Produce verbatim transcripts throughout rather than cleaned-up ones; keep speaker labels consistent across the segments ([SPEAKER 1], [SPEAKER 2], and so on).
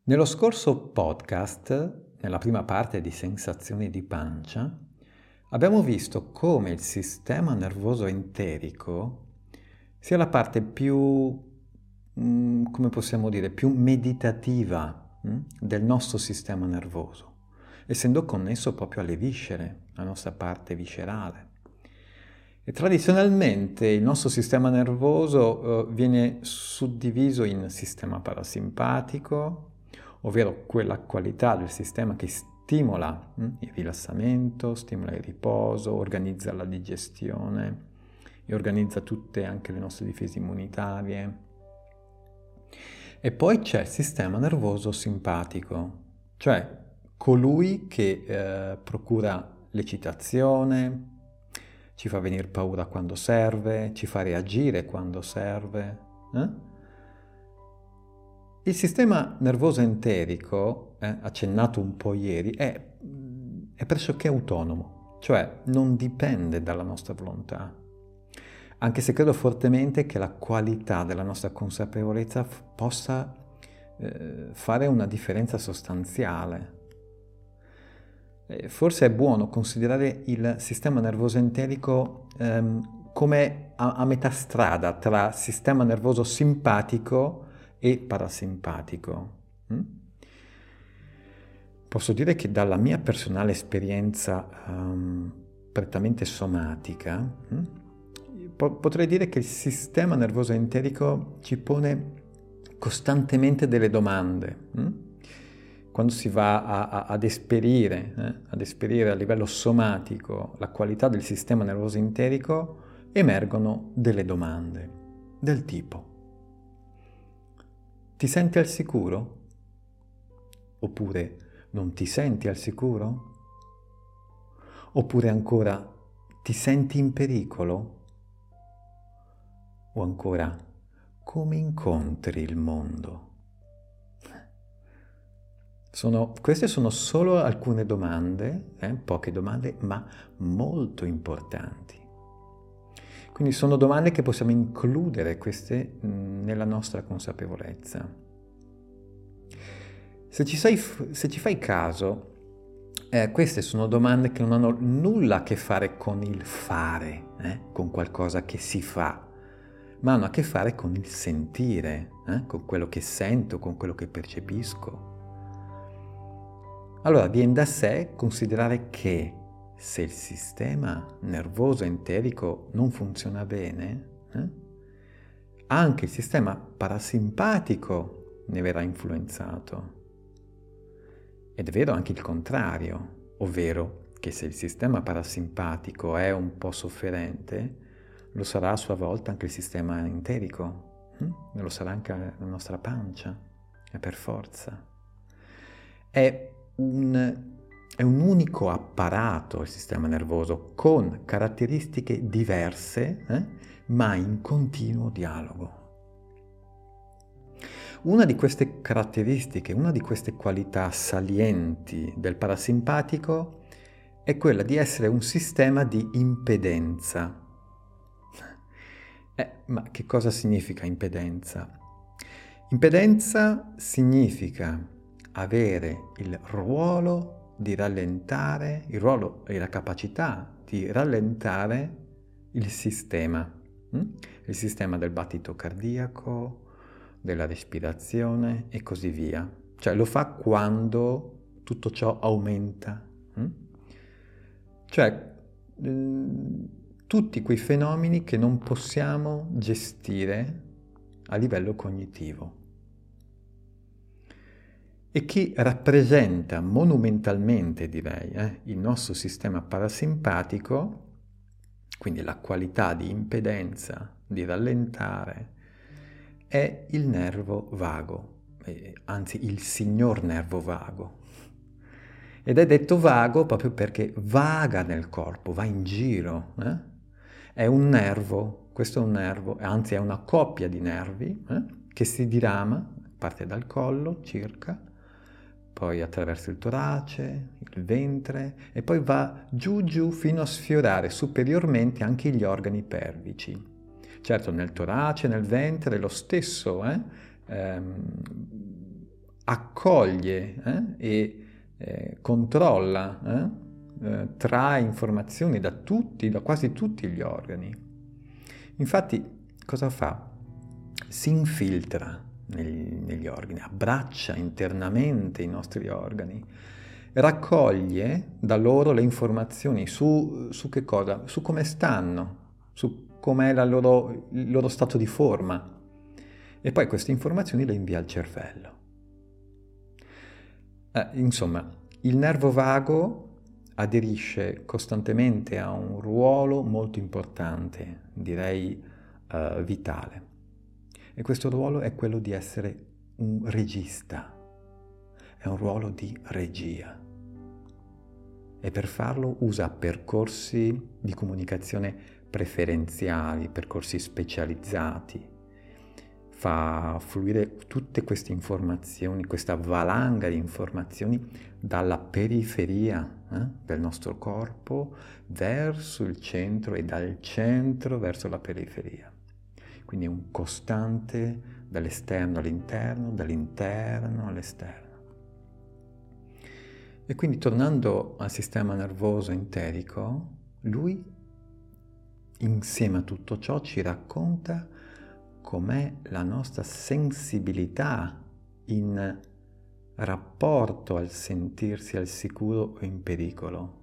[SPEAKER 1] Nello scorso podcast, nella prima parte di sensazioni di pancia, abbiamo visto come il sistema nervoso enterico sia la parte più, mm, come possiamo dire, più meditativa, mm, del nostro sistema nervoso, essendo connesso proprio alle viscere, la nostra parte viscerale. E tradizionalmente il nostro sistema nervoso eh, viene suddiviso in sistema parasimpatico, ovvero quella qualità del sistema che stimola hm, il rilassamento, stimola il riposo, organizza la digestione e organizza tutte anche le nostre difese immunitarie. E poi c'è il sistema nervoso simpatico, cioè colui che eh, procura l'eccitazione, ci fa venire paura quando serve, ci fa reagire quando serve. Eh? Il sistema nervoso enterico, eh, accennato un po' ieri, è, è pressoché autonomo, cioè non dipende dalla nostra volontà. Anche se credo fortemente che la qualità della nostra consapevolezza f- possa eh, fare una differenza sostanziale. Eh, forse è buono considerare il sistema nervoso enterico ehm, come a, a metà strada tra sistema nervoso simpatico e parasimpatico. Mm? Posso dire che dalla mia personale esperienza um, prettamente somatica, mm, po- potrei dire che il sistema nervoso enterico ci pone costantemente delle domande. Mm? Quando si va a, a, ad esperire, eh, ad esperire a livello somatico la qualità del sistema nervoso enterico, emergono delle domande del tipo: ti senti al sicuro? Oppure non ti senti al sicuro? Oppure ancora ti senti in pericolo? O ancora come incontri il mondo? Sono, queste sono solo alcune domande, eh, poche domande, ma molto importanti. Quindi sono domande che possiamo includere queste mh, nella nostra consapevolezza. Se ci, sei, se ci fai caso, eh, queste sono domande che non hanno nulla a che fare con il fare, eh, con qualcosa che si fa, ma hanno a che fare con il sentire, eh, con quello che sento, con quello che percepisco. Allora viene da sé considerare che se il sistema nervoso enterico non funziona bene, eh, anche il sistema parasimpatico ne verrà influenzato. Ed è vero anche il contrario, ovvero che se il sistema parasimpatico è un po' sofferente, lo sarà a sua volta anche il sistema enterico, hm? lo sarà anche la nostra pancia, è per forza. È un, è un unico apparato il sistema nervoso con caratteristiche diverse, eh? ma in continuo dialogo. Una di queste caratteristiche, una di queste qualità salienti del parasimpatico è quella di essere un sistema di impedenza. Eh, ma che cosa significa impedenza? Impedenza significa avere il ruolo di rallentare, il ruolo e la capacità di rallentare il sistema, hm? il sistema del battito cardiaco, della respirazione e così via. Cioè lo fa quando tutto ciò aumenta. Hm? Cioè ehm, tutti quei fenomeni che non possiamo gestire a livello cognitivo. E chi rappresenta monumentalmente, direi, eh, il nostro sistema parasimpatico, quindi la qualità di impedenza, di rallentare, è il nervo vago, eh, anzi il signor nervo vago. Ed è detto vago proprio perché vaga nel corpo, va in giro. Eh? È un nervo, questo è un nervo, anzi è una coppia di nervi eh, che si dirama, parte dal collo circa, poi attraverso il torace, il ventre e poi va giù giù fino a sfiorare superiormente anche gli organi pelvici. Certo, nel torace, nel ventre, lo stesso, eh? ehm, accoglie eh, e eh, controlla, eh, eh, trae informazioni da tutti, da quasi tutti gli organi. Infatti, cosa fa? Si infiltra negli, negli organi, abbraccia internamente i nostri organi, raccoglie da loro le informazioni su, su che cosa? Su come stanno, su com'è la loro, il loro stato di forma. E poi queste informazioni le invia al cervello. Eh, insomma, il nervo vago aderisce costantemente a un ruolo molto importante, direi eh, vitale. E questo ruolo è quello di essere un regista, è un ruolo di regia. E per farlo usa percorsi di comunicazione preferenziali, percorsi specializzati, fa fluire tutte queste informazioni, questa valanga di informazioni dalla periferia eh, del nostro corpo verso il centro e dal centro verso la periferia. Quindi un costante dall'esterno all'interno, dall'interno all'esterno. E quindi tornando al sistema nervoso enterico, lui insieme a tutto ciò ci racconta com'è la nostra sensibilità in rapporto al sentirsi al sicuro o in pericolo.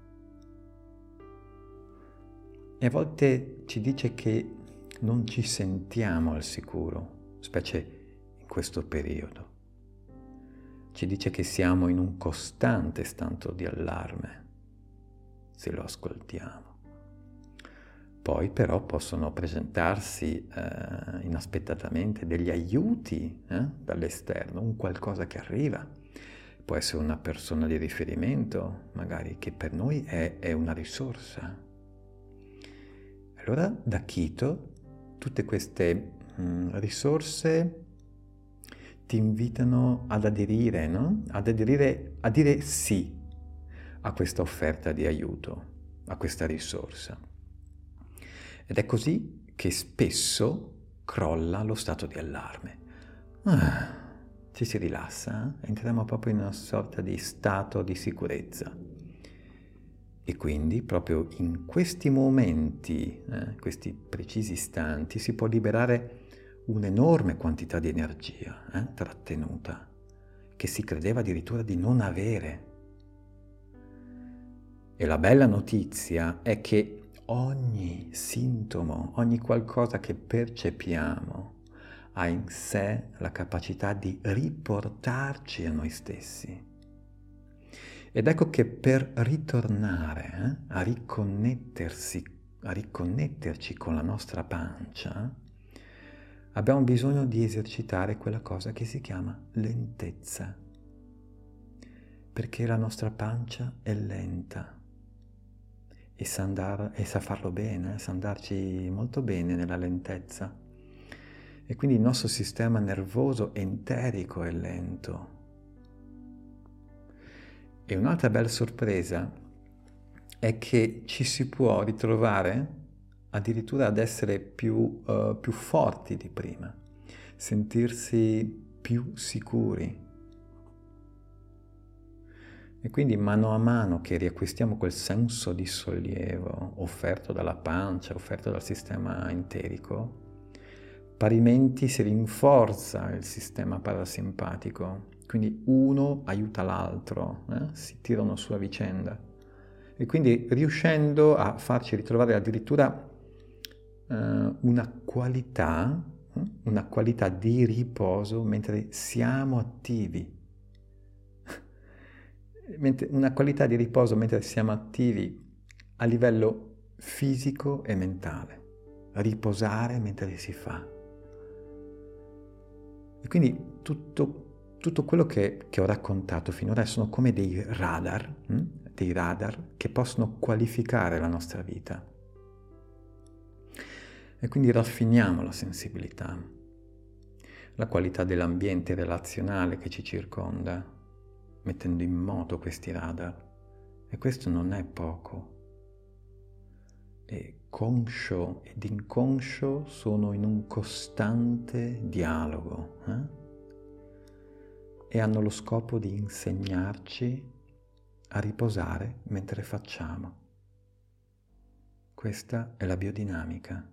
[SPEAKER 1] E a volte ci dice che non ci sentiamo al sicuro, specie in questo periodo. Ci dice che siamo in un costante stato di allarme, se lo ascoltiamo. Poi però possono presentarsi eh, inaspettatamente degli aiuti eh, dall'esterno, un qualcosa che arriva. Può essere una persona di riferimento, magari, che per noi è, è una risorsa. Allora, da Quito, tutte queste mh, risorse ti invitano ad aderire, no? Ad aderire, a dire sì a questa offerta di aiuto, a questa risorsa. Ed è così che spesso crolla lo stato di allarme. Ah, ci si rilassa, eh? Entriamo proprio in una sorta di stato di sicurezza. E quindi proprio in questi momenti, eh, questi precisi istanti, si può liberare un'enorme quantità di energia eh, trattenuta, che si credeva addirittura di non avere. E la bella notizia è che ogni sintomo, ogni qualcosa che percepiamo ha in sé la capacità di riportarci a noi stessi. Ed ecco che per ritornare eh, a riconnettersi, a riconnetterci con la nostra pancia, abbiamo bisogno di esercitare quella cosa che si chiama lentezza, perché la nostra pancia è lenta e sa, andare, e sa farlo bene, sa andarci molto bene nella lentezza. E quindi il nostro sistema nervoso enterico è lento. E un'altra bella sorpresa è che ci si può ritrovare addirittura ad essere più, uh, più forti di prima, sentirsi più sicuri. E quindi mano a mano che riacquistiamo quel senso di sollievo offerto dalla pancia, offerto dal sistema enterico, parimenti si rinforza il sistema parasimpatico. Quindi uno aiuta l'altro, eh? Si tirano su a vicenda. E quindi riuscendo a farci ritrovare addirittura eh, una qualità, eh? una qualità di riposo mentre siamo attivi. Una qualità di riposo mentre siamo attivi a livello fisico e mentale. Riposare mentre si fa. E quindi tutto Tutto quello che, che ho raccontato finora sono come dei radar, hm? dei radar che possono qualificare la nostra vita. E quindi raffiniamo la sensibilità, la qualità dell'ambiente relazionale che ci circonda, mettendo in moto questi radar. E questo non è poco. E conscio ed inconscio sono in un costante dialogo, eh? e hanno lo scopo di insegnarci a riposare mentre facciamo. Questa è la biodinamica.